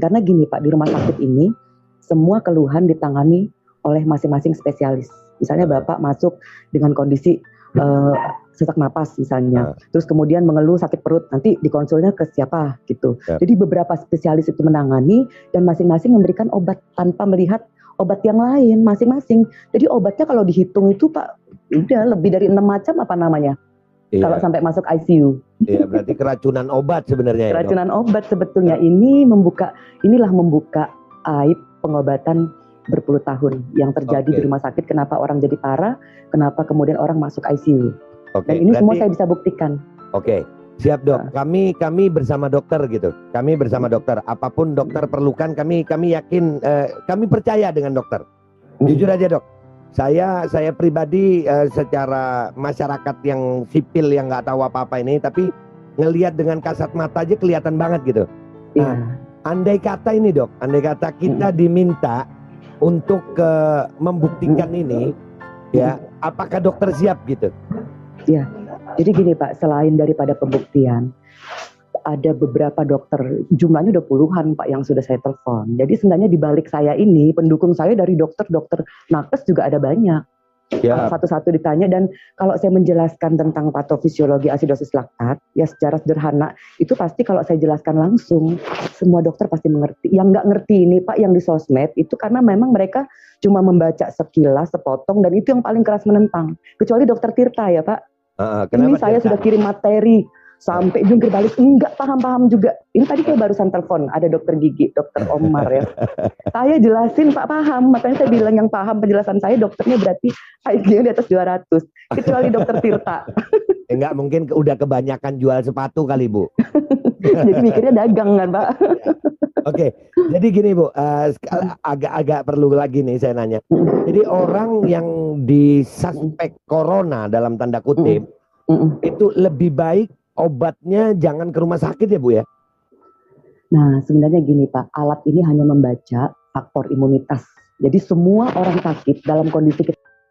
Karena gini Pak, di rumah sakit ini semua keluhan ditangani oleh masing-masing spesialis. Misalnya Bapak masuk dengan kondisi sesak napas misalnya, terus kemudian mengeluh sakit perut, nanti dikonsulnya ke siapa gitu. Jadi beberapa spesialis itu menangani dan masing-masing memberikan obat tanpa melihat obat yang lain masing-masing. Jadi obatnya kalau dihitung itu Pak, udah lebih dari 6 macam apa namanya. Kalau sampai masuk ICU. Iya, berarti keracunan obat sebenarnya. Keracunan obat sebetulnya inilah membuka aib pengobatan berpuluh tahun yang terjadi di rumah sakit. Kenapa orang jadi parah? Kenapa kemudian orang masuk ICU? Dan ini semua saya bisa buktikan. Siap dok. Kami bersama dokter gitu. Kami bersama dokter. Apapun dokter perlukan, kami yakin, kami percaya dengan dokter. Jujur aja dok. Saya pribadi secara masyarakat yang sipil yang nggak tahu apa-apa ini, tapi ngelihat dengan kasat mata aja kelihatan banget gitu. Nah, andai kata ini dok, andai kata kita diminta untuk membuktikan ini, ya, apakah dokter siap gitu? Ya, jadi gini Pak, selain daripada pembuktian, ada beberapa dokter, jumlahnya udah puluhan Pak yang sudah saya telepon. Jadi sebenarnya di balik saya ini, pendukung saya dari dokter-dokter nakes juga ada banyak. Satu-satu ditanya, dan kalau saya menjelaskan tentang patofisiologi asidosis laktat, ya secara sederhana, itu pasti kalau saya jelaskan langsung, semua dokter pasti mengerti. Yang nggak ngerti ini Pak, yang di sosmed, itu karena memang mereka cuma membaca sekilas, sepotong, dan itu yang paling keras menentang. Kecuali dokter Tirta ya Pak. Ini saya sudah kirim materi, sampai jungkir balik, enggak paham-paham juga. Ini tadi kayak barusan telepon, ada dokter gigi, dokter Omar ya. Saya jelasin Pak paham, makanya saya bilang yang paham penjelasan saya, dokternya berarti IQ-nya di atas 200, kecuali dokter Tirta. Enggak, mungkin udah kebanyakan jual sepatu kali Bu. Jadi mikirnya dagang kan Pak. Jadi gini Bu, agak perlu lagi nih saya nanya. Jadi orang yang disuspek corona dalam tanda kutip, itu lebih baik obatnya jangan ke rumah sakit ya Bu ya? Nah sebenarnya gini Pak, alat ini hanya membaca faktor imunitas. Jadi semua orang sakit dalam kondisi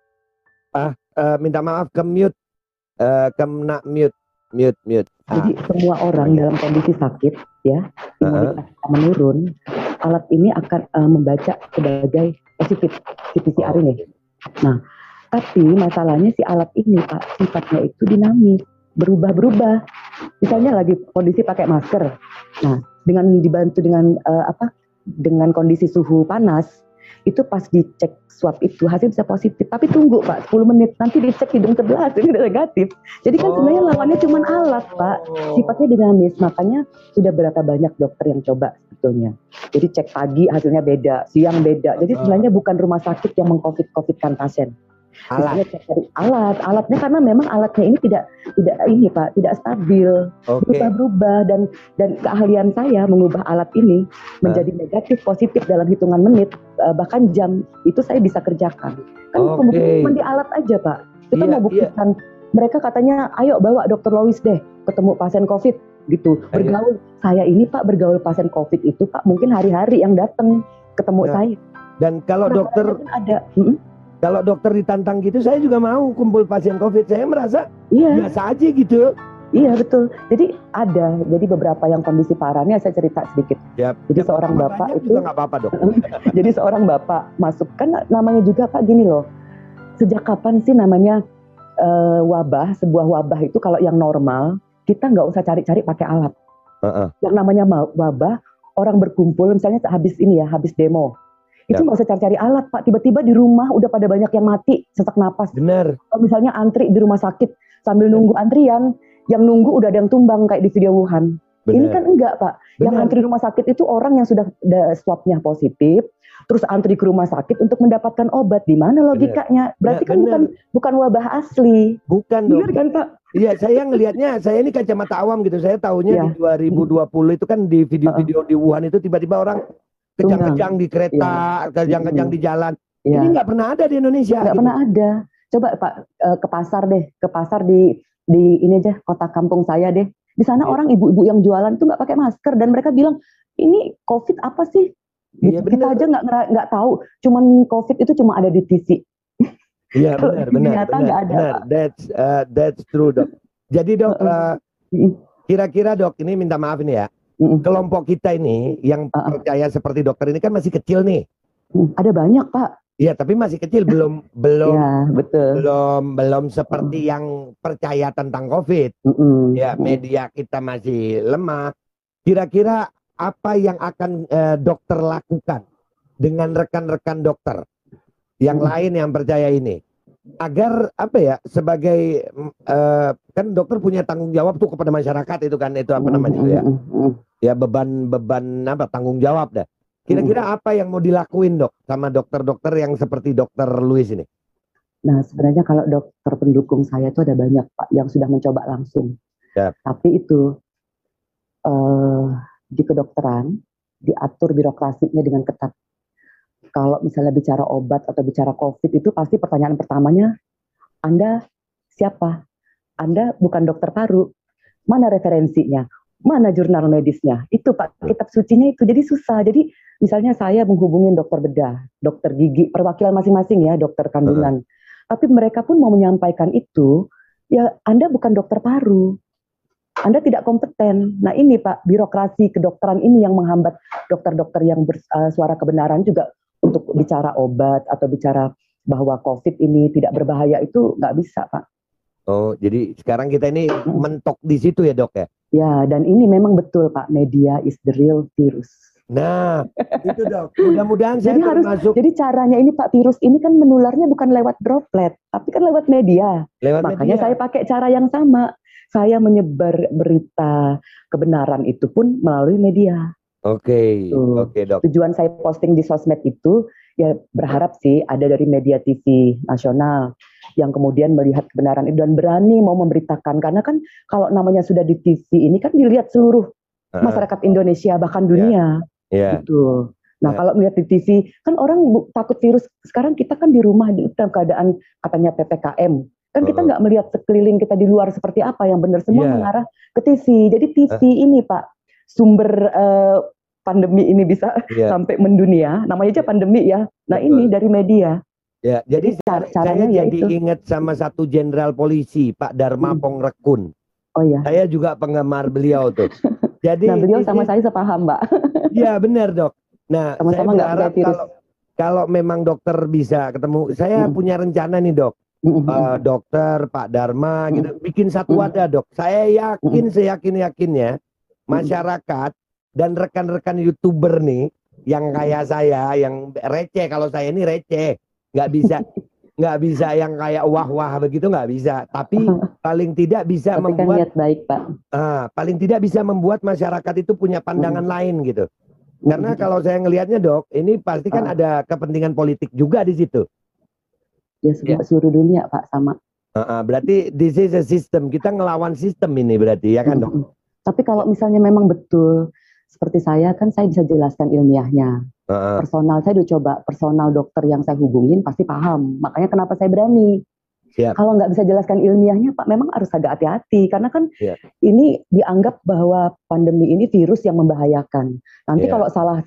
minta maaf, ke mute, kena mute. Jadi semua orang dalam kondisi sakit ya, imunitas menurun, alat ini akan membaca sebagai positif si PCR ini. Nah tapi masalahnya si alat ini Pak, sifatnya itu dinamis, berubah-berubah. Misalnya lagi kondisi pakai masker. Nah, dengan dibantu dengan dengan kondisi suhu panas, itu pas dicek swab itu hasil bisa positif. Tapi tunggu Pak, 10 menit nanti dicek hidung sebelah ini udah negatif. Jadi kan sebenarnya lawannya cuma alat Pak, sifatnya dinamis. Makanya sudah berapa banyak dokter yang coba sebetulnya. Jadi cek pagi hasilnya beda, siang beda. Jadi sebenarnya bukan rumah sakit yang meng-COVID-kan pasien. Alatnya karena memang alatnya ini tidak ini Pak, tidak stabil, berubah-berubah, dan keahlian saya mengubah alat ini menjadi negatif positif dalam hitungan menit, bahkan jam, itu saya bisa kerjakan. Kan pembuktian cuma di alat aja Pak. Kita mau buktikan, mereka katanya ayo bawa Dokter Lois deh ketemu pasien COVID gitu, bergaul. Saya ini Pak bergaul pasien COVID itu Pak mungkin hari-hari yang datang ketemu saya. Dan kalau dokter ada kalau dokter ditantang gitu, saya juga mau kumpul pasien COVID. Saya merasa biasa aja gitu. Iya betul. Jadi jadi beberapa yang kondisi parahnya saya cerita sedikit. Jadi seorang bapak itu nggak apa-apa dok. Jadi seorang bapak masuk, kan namanya juga Pak gini loh. Sejak kapan sih namanya sebuah wabah itu kalau yang normal kita nggak usah cari-cari pakai alat. Yang namanya wabah, orang berkumpul misalnya habis demo. Itu nggak usah cari-cari alat Pak, tiba-tiba di rumah udah pada banyak yang mati sesak napas. Bener. Kalau misalnya antri di rumah sakit sambil nunggu antrian, yang nunggu udah ada yang tumbang kayak di video Wuhan. Bener. Ini kan enggak Pak, yang antri di rumah sakit itu orang yang sudah swabnya positif, terus antri ke rumah sakit untuk mendapatkan obat. Di mana logikanya? Berarti kan bukan wabah asli. Bukan dong. Bener kan Pak? Iya, saya ngelihatnya, saya ini kacamata awam gitu. Saya tahunya di 2020 itu kan di video-video di Wuhan itu tiba-tiba orang kejang-kejang di kereta, kejang-kejang di jalan. Ini nggak pernah ada di Indonesia. Nggak pernah ada. Coba Pak ke pasar di ini aja kota kampung saya deh. Di sana orang ibu-ibu yang jualan itu nggak pakai masker dan mereka bilang ini COVID apa sih? Kita aja nggak tahu. Cuman COVID itu cuma ada di TV. Iya benar. That's true dok. Jadi dok, kira-kira dok, ini minta maaf ini ya. kelompok kita ini yang percaya seperti dokter ini kan masih kecil nih. Ada banyak, Pak. Iya, tapi masih kecil, belum Ya, betul. belum seperti yang percaya tentang COVID. Ya, media kita masih lemah. Kira-kira apa yang akan dokter lakukan dengan rekan-rekan dokter yang lain yang percaya ini? Agar apa ya, sebagai kan dokter punya tanggung jawab tuh kepada masyarakat, itu kan, itu apa namanya itu ya? Ya, beban apa, tanggung jawab dah. Kira-kira apa yang mau dilakuin, Dok, sama dokter-dokter yang seperti Dokter Louis ini? Nah, sebenarnya kalau dokter pendukung saya itu ada banyak, Pak, yang sudah mencoba langsung. Tapi itu di kedokteran diatur birokrasinya dengan ketat. Kalau misalnya bicara obat atau bicara COVID itu pasti pertanyaan pertamanya, Anda siapa? Anda bukan dokter paru. Mana referensinya? Mana jurnal medisnya? Itu, Pak, kitab sucinya itu. Jadi susah. Jadi misalnya saya menghubungin dokter bedah, dokter gigi, perwakilan masing-masing ya, dokter kandungan. Tapi mereka pun mau menyampaikan itu, ya Anda bukan dokter paru. Anda tidak kompeten. Nah ini, Pak, birokrasi kedokteran ini yang menghambat dokter-dokter yang bersuara kebenaran juga untuk bicara obat atau bicara bahwa COVID ini tidak berbahaya, itu nggak bisa, Pak. Oh, jadi sekarang kita ini mentok di situ ya, Dok ya? Ya, dan ini memang betul, Pak, media is the real virus. Nah, itu, Dok. Mudah-mudahan saya termasuk. Jadi caranya ini, Pak, virus ini kan menularnya bukan lewat droplet, tapi kan lewat media. Makanya saya pakai cara yang sama. Saya menyebar berita kebenaran itu pun melalui media. Oke, Dok. Tujuan saya posting di sosmed itu ya berharap sih ada dari media TV nasional yang kemudian melihat kebenaran itu dan berani mau memberitakan, karena kan kalau namanya sudah di TV ini kan dilihat seluruh masyarakat Indonesia bahkan dunia. Gitu. Nah, kalau melihat di TV kan orang takut virus. Sekarang kita kan di rumah dalam keadaan katanya PPKM. Kan kita nggak melihat sekeliling kita di luar seperti apa, yang benar semua mengarah ke TV. Jadi TV ini, Pak, sumber pandemi ini bisa sampai mendunia. Namanya aja pandemi ya. Nah, ini dari media. Ya, jadi caranya saya jadi ingat sama satu jenderal polisi, Pak Dharma Pongrekun. Oh ya. Saya juga penggemar beliau tuh. Jadi nah, beliau sama saya sepaham, Mbak. Iya, benar, Dok. Nah, sama-sama saya berharap kalau memang dokter bisa ketemu, saya punya rencana nih, Dok. Dokter, Pak Dharma, gitu, bikin satu wadah, Dok. Saya yakin, seyakin-yakinnya masyarakat dan rekan-rekan YouTuber nih, yang kayak saya, yang receh, kalau saya ini receh, nggak bisa yang kayak wah-wah begitu, nggak bisa. Tapi paling tidak bisa membuat baik, Pak. Paling tidak bisa membuat masyarakat itu punya pandangan lain gitu. Karena kalau saya ngelihatnya, Dok, ini pasti kan ada kepentingan politik juga di situ. Ya, seluruh dunia, Pak, sama. Berarti this is a system. Kita ngelawan sistem ini berarti, ya kan, Dok? Tapi kalau misalnya memang betul seperti saya, kan saya bisa jelaskan ilmiahnya. Personal saya udah coba, personal dokter yang saya hubungin pasti paham. Makanya kenapa saya berani. Kalau nggak bisa jelaskan ilmiahnya, Pak, memang harus agak hati-hati. Karena kan ini dianggap bahwa pandemi ini virus yang membahayakan. Nanti kalau salah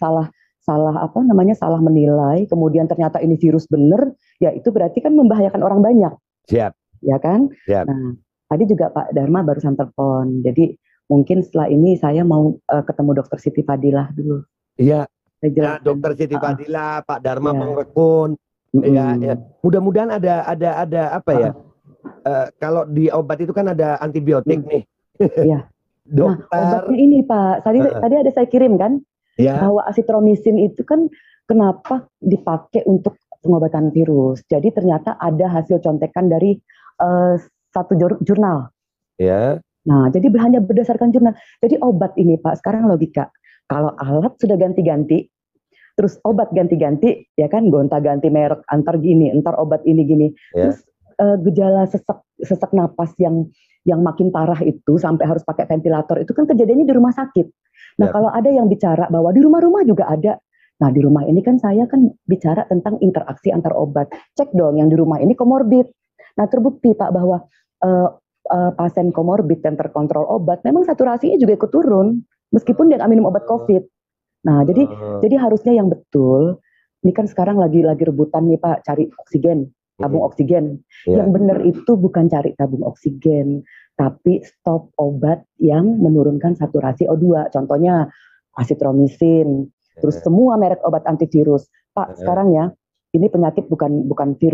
menilai, kemudian ternyata ini virus bener, ya itu berarti kan membahayakan orang banyak. Ya kan? Nah, tadi juga Pak Dharma barusan telepon. Jadi mungkin setelah ini saya mau ketemu Dokter Siti Fadilah dulu. Iya. Nah, Dokter Siti Fadilah, Pak Dharma Pongrekun. Ya. Mudah-mudahan ada apa ya? Kalau di obat itu kan ada antibiotik nih. Iya. Dokter. Nah, obatnya ini, Pak. Tadi ada saya kirim kan? Bahwa azitromisin itu kan kenapa dipakai untuk pengobatan virus. Jadi ternyata ada hasil contekan dari satu jurnal. Ya. Nah, jadi hanya berdasarkan jurnal. Jadi obat ini, Pak, sekarang logika. Kalau alat sudah ganti-ganti, terus obat ganti-ganti, ya kan, gonta-ganti merek, antar gini, antar obat ini gini. Terus gejala sesak napas yang makin parah itu sampai harus pakai ventilator, itu kan kejadiannya di rumah sakit. Nah, kalau ada yang bicara bahwa di rumah-rumah juga ada. Nah, di rumah ini kan saya kan bicara tentang interaksi antar obat. Cek dong yang di rumah ini komorbid. Nah, terbukti, Pak, bahwa pasien komorbid yang terkontrol obat memang saturasinya juga ikut turun meskipun dia nggak minum obat COVID. Nah, jadi harusnya yang betul. Ini kan sekarang lagi rebutan nih, Pak, cari oksigen, tabung oksigen. Yang benar itu bukan cari tabung oksigen, tapi stop obat yang menurunkan saturasi O2. Contohnya asitromisin, terus semua merek obat antivirus. Pak, sekarang ya, ini penyakit bukan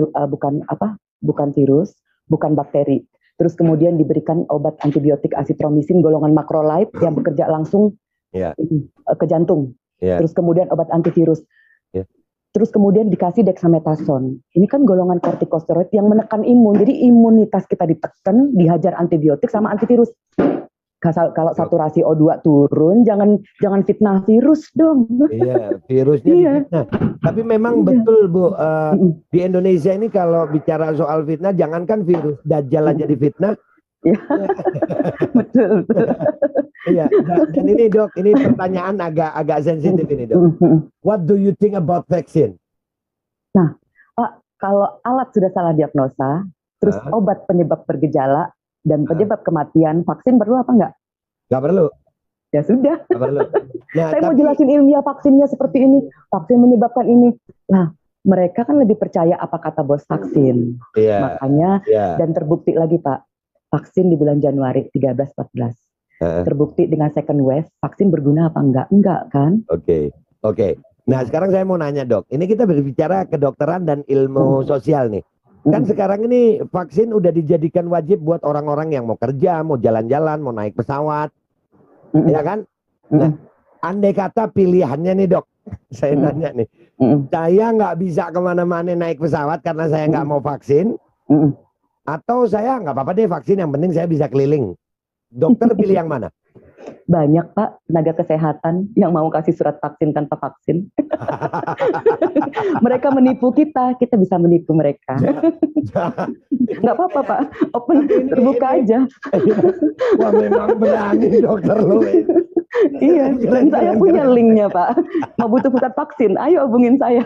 virus, bukan bakteri. Terus kemudian diberikan obat antibiotik asitromisin golongan macrolide yang bekerja langsung ke jantung. Terus kemudian obat antivirus. Terus kemudian dikasih dexamethasone. Ini kan golongan kortikosteroid yang menekan imun. Jadi imunitas kita ditekan, dihajar antibiotik sama antivirus. Kalau saturasi O2 turun, jangan fitnah virus dong. Iya, virusnya difitnah. Tapi memang betul Bu, di Indonesia ini kalau bicara soal fitnah, jangankan virus, Dajjal aja difitnah. Iya, betul. Iya, dan ini Dok, ini pertanyaan agak sensitif ini Dok. What do you think about vaccine? Nah, Pak, kalau alat sudah salah diagnosa, terus obat penyebab bergejala dan penyebab kematian, vaksin perlu apa enggak? Enggak perlu. Ya sudah. Enggak perlu. Nah, saya mau jelasin ilmiah vaksinnya seperti ini, vaksin menyebabkan ini. Nah, mereka kan lebih percaya apa kata bos vaksin. Makanya dan terbukti lagi Pak, vaksin di bulan Januari 13-14. Terbukti dengan second wave, vaksin berguna apa enggak? Enggak kan? Oke. Nah sekarang saya mau nanya Dok, ini kita berbicara kedokteran dan ilmu sosial nih. Kan sekarang ini vaksin udah dijadikan wajib buat orang-orang yang mau kerja, mau jalan-jalan, mau naik pesawat. Ya kan? Nah, andai kata pilihannya nih Dok, saya nanya nih, saya nggak bisa kemana-mana naik pesawat karena saya nggak mau vaksin, atau saya nggak apa-apa deh vaksin, yang penting saya bisa keliling. Dokter pilih yang mana? Banyak Pak, tenaga kesehatan yang mau kasih surat vaksin tanpa vaksin. Mereka menipu kita bisa menipu mereka. Nggak apa-apa Pak, open, terbuka aja. Wah memang berani dokter lo. Iya, dan saya punya linknya Pak. Mau butuh surat vaksin, ayo hubungin saya.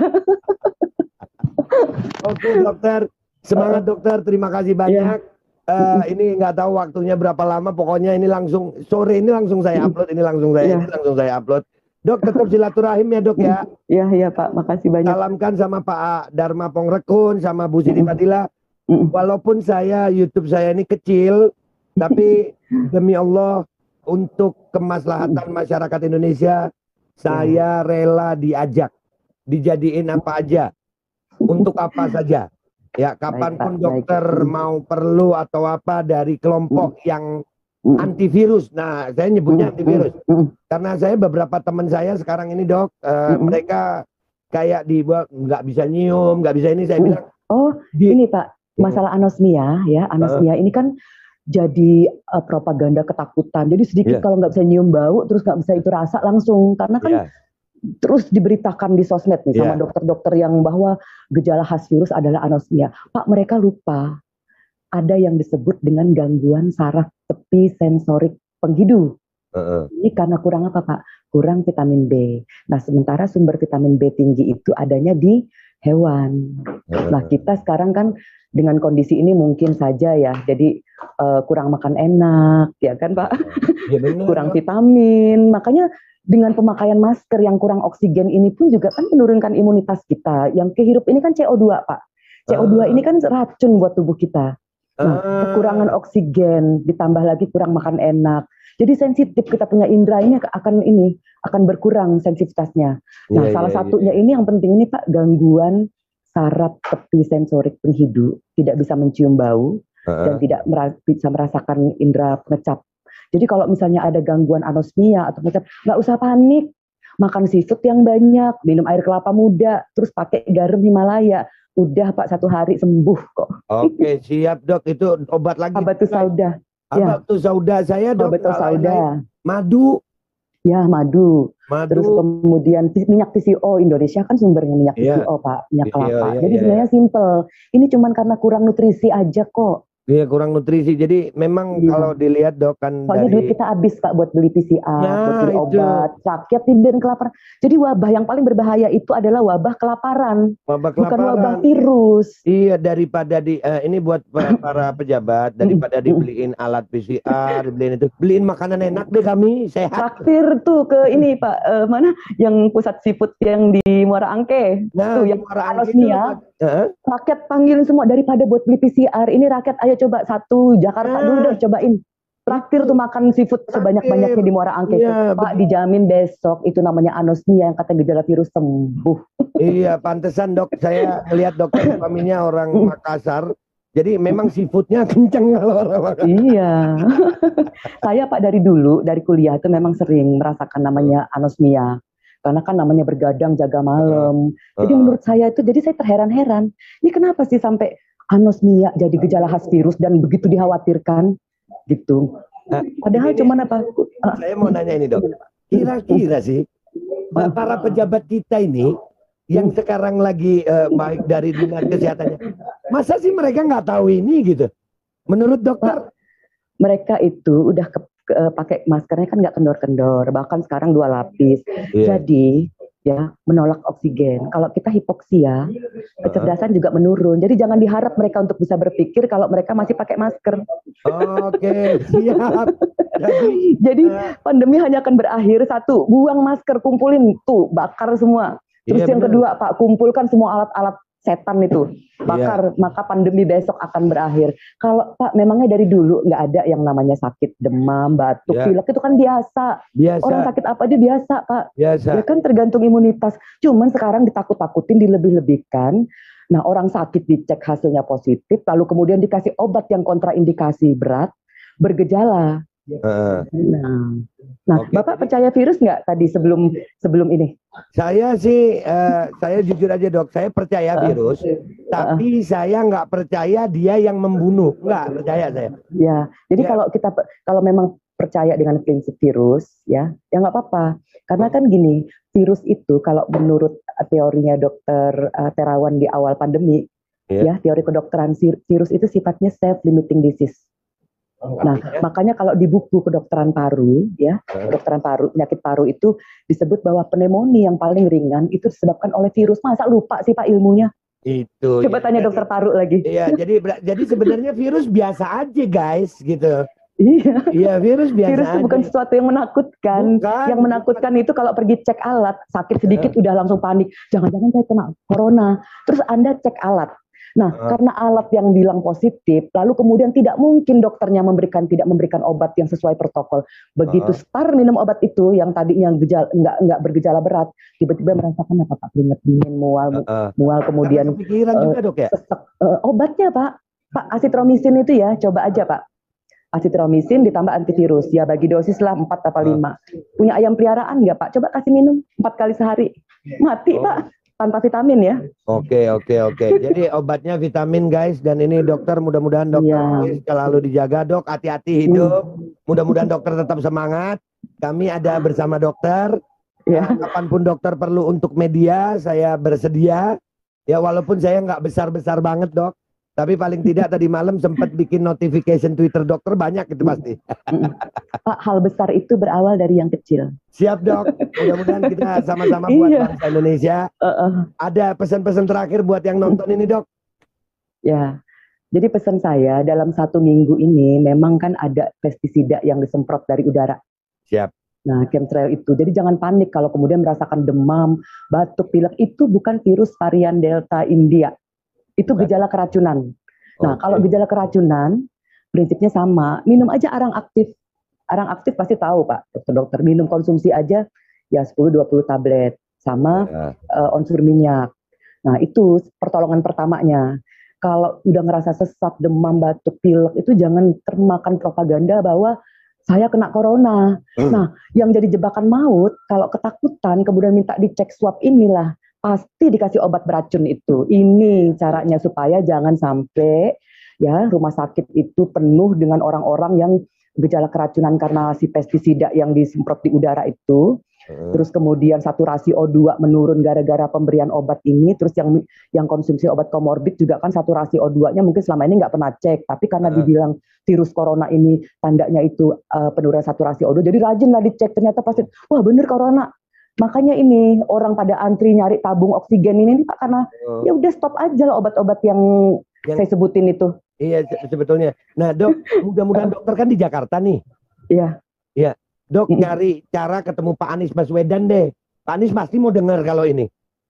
Oke dokter, semangat dokter, terima kasih banyak. Ini nggak tahu waktunya berapa lama, pokoknya ini langsung sore ini langsung saya upload, ini langsung saya upload. Dok tetap silaturahim ya Dok ya. Iya Pak, makasih banyak. Salamkan sama Pak Dharma Pongrekun sama Bu Siti Fadila. Walaupun YouTube saya ini kecil, tapi demi Allah untuk kemaslahatan masyarakat Indonesia, saya rela diajak, dijadiin apa aja, untuk apa saja. Ya, kapanpun dokter mau perlu atau apa dari kelompok yang antivirus. Nah, saya nyebutnya antivirus. Karena saya beberapa teman saya sekarang ini Dok, mereka kayak dibuat nggak bisa nyium, nggak bisa ini, saya bilang. Ini Pak, masalah anosmia ya, anosmia ini kan jadi propaganda ketakutan. Jadi sedikit kalau nggak bisa nyium bau, terus nggak bisa itu rasa langsung, karena kan terus diberitakan di sosmed nih sama dokter-dokter yang bahwa gejala khas virus adalah anosmia. Pak, mereka lupa ada yang disebut dengan gangguan saraf tepi sensorik penghidu. Ini karena kurang apa Pak? Kurang vitamin B. Nah sementara sumber vitamin B tinggi itu adanya di hewan. Nah kita sekarang kan dengan kondisi ini mungkin saja ya, jadi kurang makan enak, ya kan Pak? Kurang vitamin, makanya dengan pemakaian masker yang kurang oksigen ini pun juga kan menurunkan imunitas kita. Yang kehirup ini kan CO2 Pak. CO2 ini kan racun buat tubuh kita. Nah, kekurangan oksigen, ditambah lagi kurang makan enak. Jadi sensitif, kita punya indera ini akan berkurang sensitivitasnya. Nah, salah satunya ini yang penting ini Pak, gangguan saraf tepi sensorik penghidu, tidak bisa mencium bau dan tidak bisa merasakan indera pengecap. Jadi kalau misalnya ada gangguan anosmia atau macam, nggak usah panik, makan seafood yang banyak, minum air kelapa muda, terus pakai garam Himalaya, udah Pak 1 hari sembuh kok. Oke siap Dok, itu obat lagi. Habatus sauda. Habatus sauda saya Dok. Habatus sauda. Madu. Ya madu. Terus kemudian minyak TCO, Indonesia kan sumbernya minyak TCO Pak, minyak kelapa. Jadi sebenarnya simple. Ini cuman karena kurang nutrisi aja kok. Iya kurang nutrisi, jadi memang kalau dilihat Dok kan soalnya duit kita habis Pak buat beli PCR, buat beli obat, sakit, dan kelaparan. Jadi wabah yang paling berbahaya itu adalah wabah kelaparan, bukan wabah virus. Iya, daripada ini buat para pejabat, daripada dibeliin alat PCR, beliin makanan enak deh kami, sehat. Traktir tuh ke ini Pak, mana yang pusat seafood yang di Muara Angke, tuh yang anosmia. Rakyat panggilin semua, daripada buat beli PCR, ini rakyat ayo saya coba satu Jakarta dulu deh, cobain. Traktir tuh makan seafood sebanyak-banyaknya di Muara Angke. Iya, Pak, dijamin besok itu namanya anosmia yang kata gejala virus sembuh. Iya, pantesan dok. Saya ngelihat dokter suaminya orang Makassar. Jadi memang seafoodnya kenceng kalau orang makan. Iya. Saya Pak dari dulu, dari kuliah itu memang sering merasakan namanya anosmia. Karena kan namanya bergadang jaga malam. Jadi menurut saya itu, jadi saya terheran-heran. Ini kenapa sih sampai anosmia jadi gejala khas virus dan begitu dikhawatirkan gitu. Padahal cuman apa? Saya mau nanya ini dok. Kira-kira sih para pejabat kita ini yang sekarang lagi baik dari dinas kesehatannya, masa sih mereka nggak tahu ini gitu? Menurut dokter? Mereka itu udah pakai maskernya kan nggak kendor-kendor, bahkan sekarang 2 lapis. Jadi ya menolak oksigen. Kalau kita hipoksia, kecerdasan juga menurun. Jadi jangan diharap mereka untuk bisa berpikir kalau mereka masih pakai masker. Oke, siap. Jadi pandemi hanya akan berakhir satu, buang masker, kumpulin tuh, bakar semua. Terus yang kedua, Pak, kumpulkan semua alat-alat setan itu, bakar, maka pandemi besok akan berakhir. Kalau Pak, memangnya dari dulu nggak ada yang namanya sakit demam, batuk, pilek, itu kan biasa. Orang sakit apa aja biasa, Pak. Biasa. Ya kan tergantung imunitas. Cuman sekarang ditakut-takutin, dilebih-lebihkan. Nah, orang sakit dicek hasilnya positif, lalu kemudian dikasih obat yang kontraindikasi berat, bergejala. Nah, Bapak percaya virus nggak tadi sebelum ini? Saya sih, saya jujur aja dok, saya percaya virus, tapi saya nggak percaya dia yang membunuh, nggak percaya saya. Ya, jadi kalau memang percaya dengan prinsip virus, ya nggak apa-apa. Karena kan gini, virus itu kalau menurut teorinya dokter Terawan di awal pandemi, ya teori kedokteran, virus itu sifatnya self-limiting disease. Nah, makanya kalau di buku kedokteran paru, ya, kedokteran paru, penyakit paru itu disebut bahwa pneumonia yang paling ringan itu disebabkan oleh virus. Masa lupa sih Pak ilmunya? Itu. Coba tanya dokter paru lagi. Iya, jadi sebenarnya virus biasa aja guys, gitu. Iya, virus biasa. Virus itu bukan sesuatu yang menakutkan. Yang menakutkan itu kalau pergi cek alat, sakit sedikit udah langsung panik. Jangan-jangan saya kena corona. Terus Anda cek alat. Nah, karena alat yang bilang positif, lalu kemudian tidak mungkin dokternya tidak memberikan obat yang sesuai protokol. Begitu start minum obat itu, yang tadinya nggak bergejala berat, tiba-tiba merasakan apa Pak? Keringat dingin, mual kemudian juga, dok, ya? Obatnya Pak azitromisin itu ya, coba aja Pak. Azitromisin ditambah antivirus, ya bagi dosis lah 4 atau 5. Punya ayam peliharaan nggak Pak? Coba kasih minum 4 kali sehari. Mati Pak. Tanpa vitamin ya. Oke. Jadi obatnya vitamin guys, dan ini dokter, mudah-mudahan dokter selalu dijaga dok, hati-hati hidup. Mudah-mudahan dokter tetap semangat. Kami ada bersama dokter. Kapanpun dokter perlu untuk media, saya bersedia. Ya walaupun saya nggak besar-besar banget dok, tapi paling tidak tadi malam sempat bikin notification Twitter dokter banyak itu pasti. Pak, hal besar itu berawal dari yang kecil. Siap dok, mudah-mudahan kita sama-sama buat bangsa Indonesia. Ada pesan-pesan terakhir buat yang nonton ini dok? Ya, jadi pesan saya dalam 1 minggu ini memang kan ada pestisida yang disemprot dari udara. Siap. Nah, chemtrail itu. Jadi jangan panik kalau kemudian merasakan demam, batuk, pilek. Itu bukan virus varian Delta India. Itu gejala keracunan. Nah, kalau gejala keracunan, prinsipnya sama. Minum aja arang aktif. Arang aktif pasti tahu, Pak, dokter. Minum konsumsi aja ya 10-20 tablet. Sama unsur minyak. Nah, itu pertolongan pertamanya. Kalau udah ngerasa sesak, demam, batuk, pilek, itu jangan termakan propaganda bahwa saya kena corona. Nah, yang jadi jebakan maut, kalau ketakutan, kemudian minta dicek swab inilah, pasti dikasih obat beracun itu. Ini caranya supaya jangan sampai ya rumah sakit itu penuh dengan orang-orang yang gejala keracunan karena si pestisida yang disemprot di udara itu. Terus kemudian saturasi O2 menurun gara-gara pemberian obat ini. Terus yang konsumsi obat komorbid juga kan saturasi O2-nya mungkin selama ini nggak pernah cek. Tapi karena dibilang virus corona ini tandanya itu penurunan saturasi O2, jadi rajin lah dicek. Ternyata pasti, wah bener corona. Makanya ini orang pada antri nyari tabung oksigen ini Pak, karena ya udah stop aja lah obat-obat yang saya sebutin itu. Iya sebetulnya. Nah dok, mudah-mudahan dokter kan di Jakarta nih. Iya. Dok, cari cara ketemu Pak Anies Baswedan deh. Pak Anies pasti mau dengar kalau ini.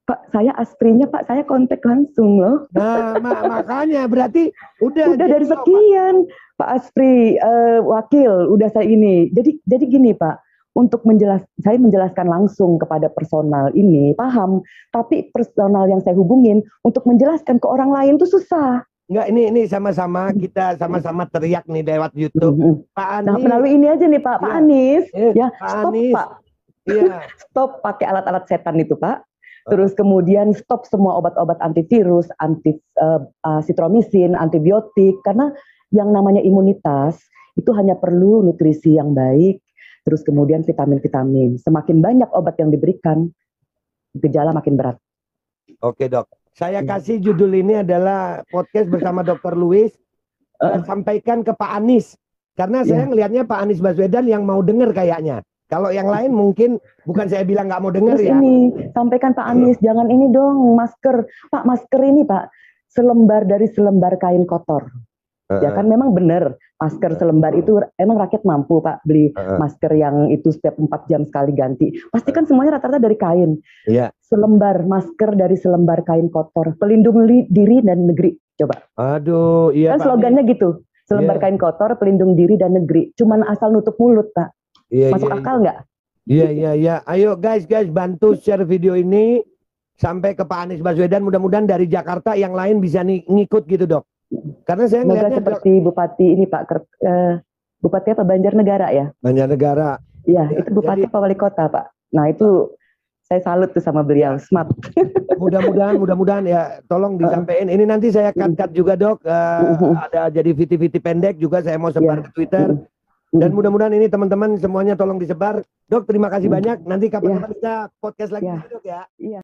Pak, saya Astrinya Pak, saya kontak langsung loh. Nah, makanya berarti udah dari sekian Pak Astri, wakil, udah saya ini. Jadi gini Pak, saya menjelaskan langsung kepada personal ini, paham. Tapi personal yang saya hubungin untuk menjelaskan ke orang lain tuh susah. Enggak, ini sama-sama kita sama-sama teriak nih lewat YouTube. Pak Anies. Nah, melalui ini aja nih Pak, Pak Anies, ya Pak stop Anies. Pak. Iya. Stop pakai alat-alat setan itu Pak. Terus kemudian stop semua obat-obat antivirus, antizitromisin, antibiotik, karena yang namanya imunitas itu hanya perlu nutrisi yang baik, terus kemudian vitamin-vitamin. Semakin banyak obat yang diberikan, gejala makin berat. Oke dok, saya kasih judul ini adalah podcast bersama Dr. Louis, sampaikan ke Pak Anies, karena saya ngelihatnya Pak Anies Baswedan yang mau dengar kayaknya. Kalau yang lain mungkin bukan saya bilang nggak mau dengar ya. Ini sampaikan Pak Anies, jangan ini dong masker. Pak, masker ini Pak, selembar dari selembar kain kotor. Ya kan memang benar, masker selembar itu emang rakyat mampu Pak beli masker yang itu setiap 4 jam sekali ganti. Pasti kan semuanya rata-rata dari kain. Iya. Selembar masker dari selembar kain kotor, pelindung diri dan negeri. Coba. Aduh, iya kan slogannya gitu. Selembar kain kotor, pelindung diri dan negeri. Cuman asal nutup mulut Pak. Masuk akal nggak? Iya. Ayo guys, bantu share video ini sampai ke Pak Anies Baswedan. Mudah-mudahan dari Jakarta yang lain bisa ngikut gitu dok. Karena saya ngeliatnya seperti Bupati ini Pak, Bupati apa Banjarnegara ya? Banjarnegara. Iya, itu Bupati apa Wali Kota Pak. Nah itu saya salut tuh sama beliau, smart. Mudah-mudahan ya, tolong disampaikan. Ini nanti saya cut juga dok. Ada jadi VT pendek juga saya mau sebar ke Twitter. Dan mudah-mudahan ini teman-teman semuanya tolong disebar. Dok, terima kasih banyak. Nanti kapan-kapan kita podcast lagi dok ya. Iya.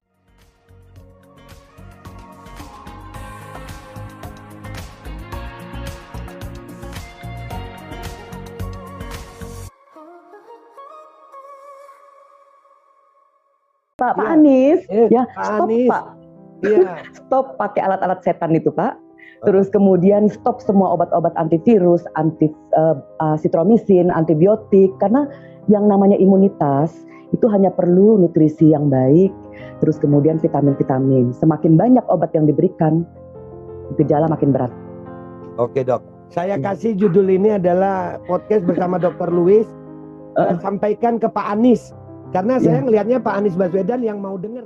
Pak Anies, ya Pak stop Anies. Pak. Iya. Stop pakai alat-alat setan itu Pak. Terus kemudian stop semua obat-obat antivirus, antizitromisin, antibiotik, karena yang namanya imunitas itu hanya perlu nutrisi yang baik, terus kemudian vitamin-vitamin. Semakin banyak obat yang diberikan, gejala makin berat. Oke dok, saya kasih judul ini adalah podcast bersama Dr. Louis, sampaikan ke Pak Anies, karena saya ngelihatnya Pak Anies Baswedan yang mau dengar.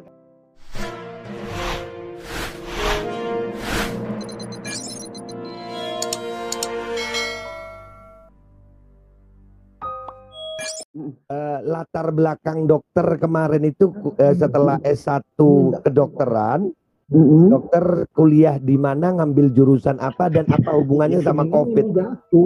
Latar belakang dokter kemarin itu setelah S1 kedokteran, dokter kuliah di mana, ngambil jurusan apa, dan apa hubungannya sama COVID?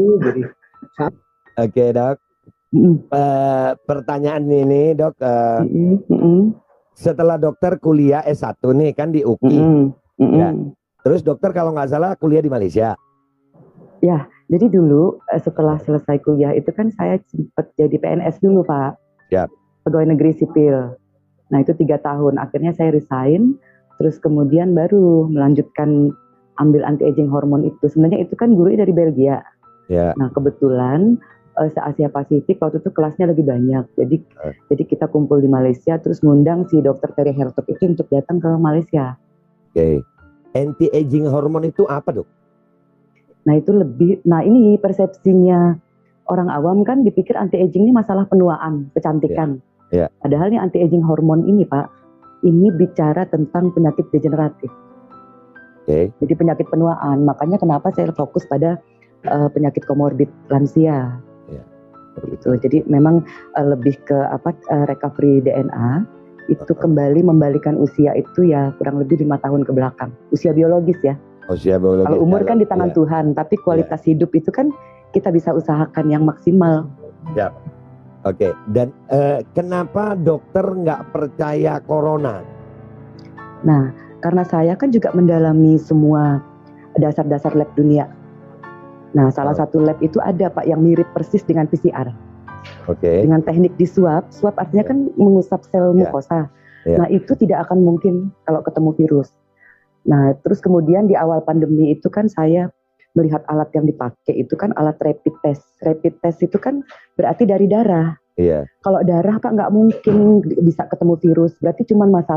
Oke dok, pertanyaan ini dok, setelah dokter kuliah S1 nih kan di UKI, ya. Terus dokter kalau nggak salah kuliah di Malaysia. Ya, jadi dulu setelah selesai kuliah itu kan saya sempat jadi PNS dulu Pak. Yap. Pegawai negeri sipil. Nah itu 3 tahun. Akhirnya saya resign. Terus kemudian baru melanjutkan ambil anti-aging hormon itu. Sebenarnya itu kan guru dari Belgia. Ya. Nah kebetulan se-Asia Pasifik waktu itu kelasnya lebih banyak. Jadi kita kumpul di Malaysia. Terus ngundang si dokter Terry Hertog itu untuk datang ke Malaysia. Oke. Anti-aging hormon itu apa dok? Nah itu ini persepsinya orang awam kan dipikir anti-aging ini masalah penuaan, kecantikan. Padahal nih anti-aging hormon ini Pak, ini bicara tentang penyakit degeneratif. Jadi penyakit penuaan, makanya kenapa saya fokus pada penyakit komorbid lansia. Gitu. Jadi memang lebih ke recovery DNA, itu kembali membalikan usia itu ya kurang lebih 5 tahun ke belakang. Usia biologis ya. Kalau umur kan di tangan Tuhan, tapi kualitas hidup itu kan kita bisa usahakan yang maksimal. Ya, oke. Dan kenapa dokter nggak percaya corona? Nah, karena saya kan juga mendalami semua dasar-dasar lab dunia. Nah, salah satu lab itu ada Pak yang mirip persis dengan PCR. Dengan teknik di swab artinya kan mengusap sel mukosa. Nah, itu tidak akan mungkin kalau ketemu virus. Nah, terus kemudian di awal pandemi itu kan saya melihat alat yang dipakai itu kan alat rapid test. Rapid test itu kan berarti dari darah. Kalau darah Pak nggak mungkin bisa ketemu virus. Berarti cuma masalah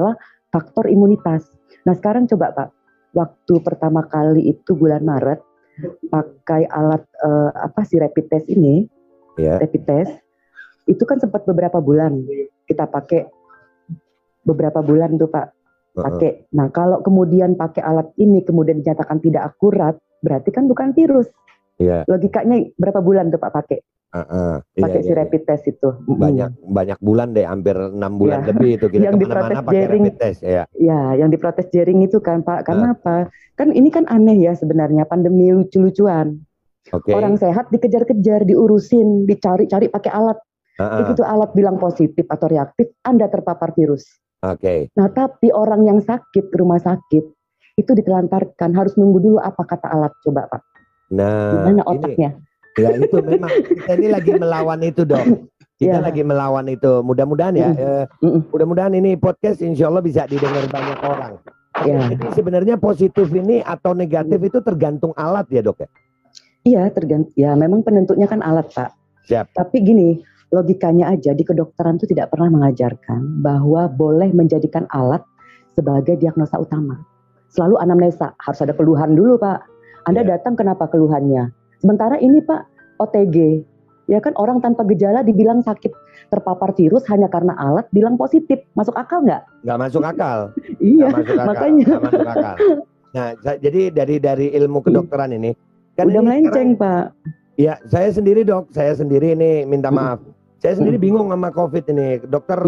faktor imunitas. Nah sekarang coba Pak, waktu pertama kali itu bulan Maret pakai alat rapid test ini, rapid test itu kan sempat beberapa bulan kita pakai, beberapa bulan tuh Pak pakai. Nah kalau kemudian pakai alat ini kemudian dinyatakan tidak akurat, berarti kan bukan virus. Logikanya berapa bulan tuh Pak pakai? Pakai si rapid test itu banyak bulan deh, hampir 6 bulan lebih itu kita yang kemana-mana pakai rapid test yang diprotes Jering itu kan Pak, karena apa? Kan ini kan aneh ya sebenarnya, pandemi lucu-lucuan. Orang sehat dikejar-kejar, diurusin, dicari-cari pakai alat. Begitu alat bilang positif atau reaktif, Anda terpapar virus. Nah tapi orang yang sakit rumah sakit itu ditelantarkan, harus nunggu dulu apa kata alat, coba Pak. Nah gimana otaknya? Ya itu memang kita ini lagi melawan itu Dok. Kita lagi melawan itu. Mudah-mudahan ya, mudah-mudahan ini podcast insya Allah bisa didengar banyak orang. Jadi sebenarnya positif ini atau negatif itu tergantung alat ya Dok ya? Iya tergantung. Ya memang penentunya kan alat Pak. Siap. Tapi gini, logikanya aja di kedokteran itu tidak pernah mengajarkan bahwa boleh menjadikan alat sebagai diagnosa utama. Selalu anamnesa, harus ada keluhan dulu Pak. Anda datang kenapa keluhannya? Sementara ini Pak, OTG, ya kan orang tanpa gejala dibilang sakit terpapar virus hanya karena alat bilang positif. Masuk akal nggak? Nggak masuk akal. Iya, makanya. Nggak masuk akal. Nah, jadi dari ilmu kedokteran ini, kan udah ini melenceng sekarang, Pak. Ya, saya sendiri Dok, saya sendiri ini minta maaf. Saya sendiri bingung sama COVID ini. Dokter,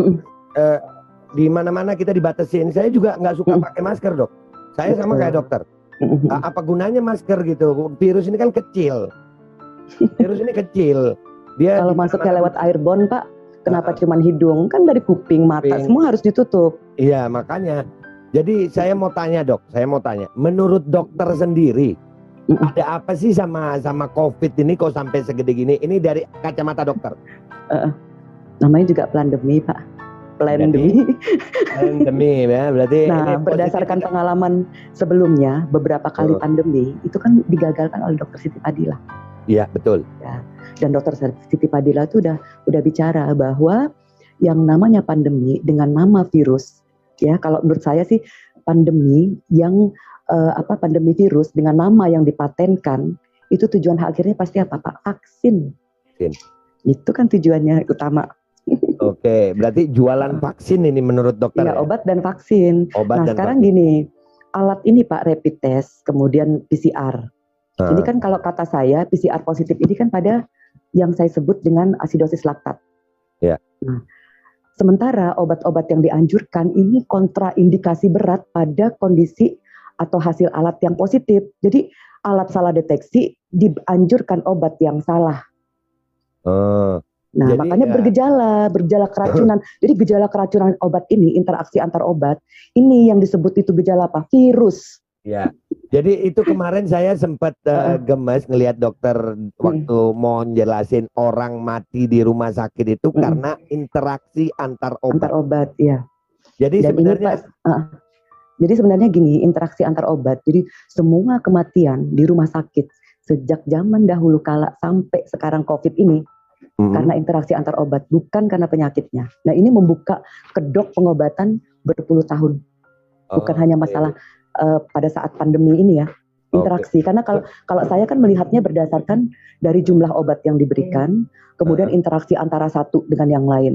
di mana-mana kita dibatasin. Saya juga nggak suka pakai masker Dok. Saya sama kayak dokter. Apa gunanya masker gitu? Virus ini kan kecil. Virus ini kecil. Dia kalau masuknya lewat airborne Pak, kenapa cuman hidung? Kan dari kuping, mata, semua harus ditutup. Iya, makanya. Jadi saya mau tanya Dok, menurut dokter sendiri, ada apa sih sama COVID ini kok sampai segede gini? Ini dari kacamata dokter. Namanya juga pandemi Pak. Pandemi ya, berarti. Nah, berdasarkan pengalaman sebelumnya, beberapa kali pandemi itu kan digagalkan oleh Dokter Siti Fadila. Iya, betul. Ya. Dan Dokter Siti Fadila itu udah bicara bahwa yang namanya pandemi dengan nama virus, ya kalau menurut saya sih pandemi yang pandemi virus dengan nama yang dipatenkan itu tujuan akhirnya pasti apa Pak? Vaksin. Itu kan tujuannya utama. Oke, berarti jualan vaksin ini menurut dokter ya? Obat dan vaksin. Obat dan sekarang vaksin. Gini, alat ini Pak rapid test, kemudian PCR. Ini kan kalau kata saya PCR positif ini kan pada yang saya sebut dengan asidosis laktat. Nah, sementara obat-obat yang dianjurkan ini kontraindikasi berat pada kondisi atau hasil alat yang positif. Jadi alat salah deteksi dianjurkan obat yang salah. Nah, jadi, makanya bergejala keracunan. Jadi gejala keracunan obat ini, interaksi antar obat, ini yang disebut itu gejala apa? Virus. Ya. Jadi itu kemarin saya sempat gemes ngelihat dokter waktu mau jelasin orang mati di rumah sakit itu karena interaksi antar obat. Antar obat, ya. Jadi sebenarnya gini, interaksi antar obat. Jadi semua kematian di rumah sakit sejak zaman dahulu kala sampai sekarang COVID ini karena interaksi antar obat, bukan karena penyakitnya. Nah ini membuka kedok pengobatan berpuluh tahun, bukan hanya masalah pada saat pandemi ini ya, interaksi. Karena kalau saya kan melihatnya berdasarkan dari jumlah obat yang diberikan, kemudian interaksi antara satu dengan yang lain.